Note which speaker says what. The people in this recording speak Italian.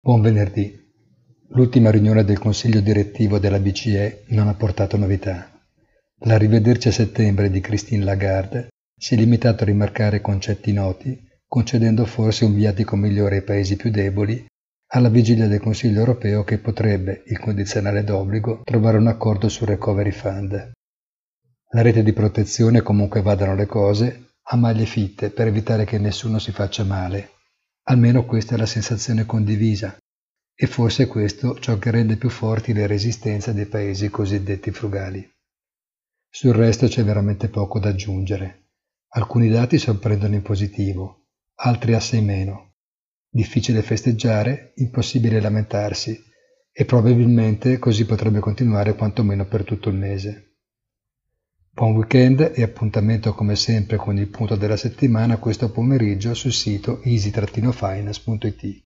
Speaker 1: Buon venerdì. L'ultima riunione del Consiglio direttivo della BCE non ha portato novità. L'arrivederci a settembre di Christine Lagarde si è limitato a rimarcare concetti noti, concedendo forse un viatico migliore ai paesi più deboli, alla vigilia del Consiglio europeo che potrebbe, il condizionale d'obbligo, trovare un accordo sul Recovery Fund. La rete di protezione, comunque vadano le cose, ha maglie fitte per evitare che nessuno si faccia male. Almeno questa è la sensazione condivisa. E forse è questo ciò che rende più forti le resistenze dei paesi cosiddetti frugali. Sul resto c'è veramente poco da aggiungere. Alcuni dati sorprendono in positivo, altri assai meno. Difficile festeggiare, impossibile lamentarsi, e probabilmente così potrebbe continuare quantomeno per tutto il mese. Buon weekend e appuntamento come sempre con il punto della settimana questo pomeriggio sul sito easy-finance.it.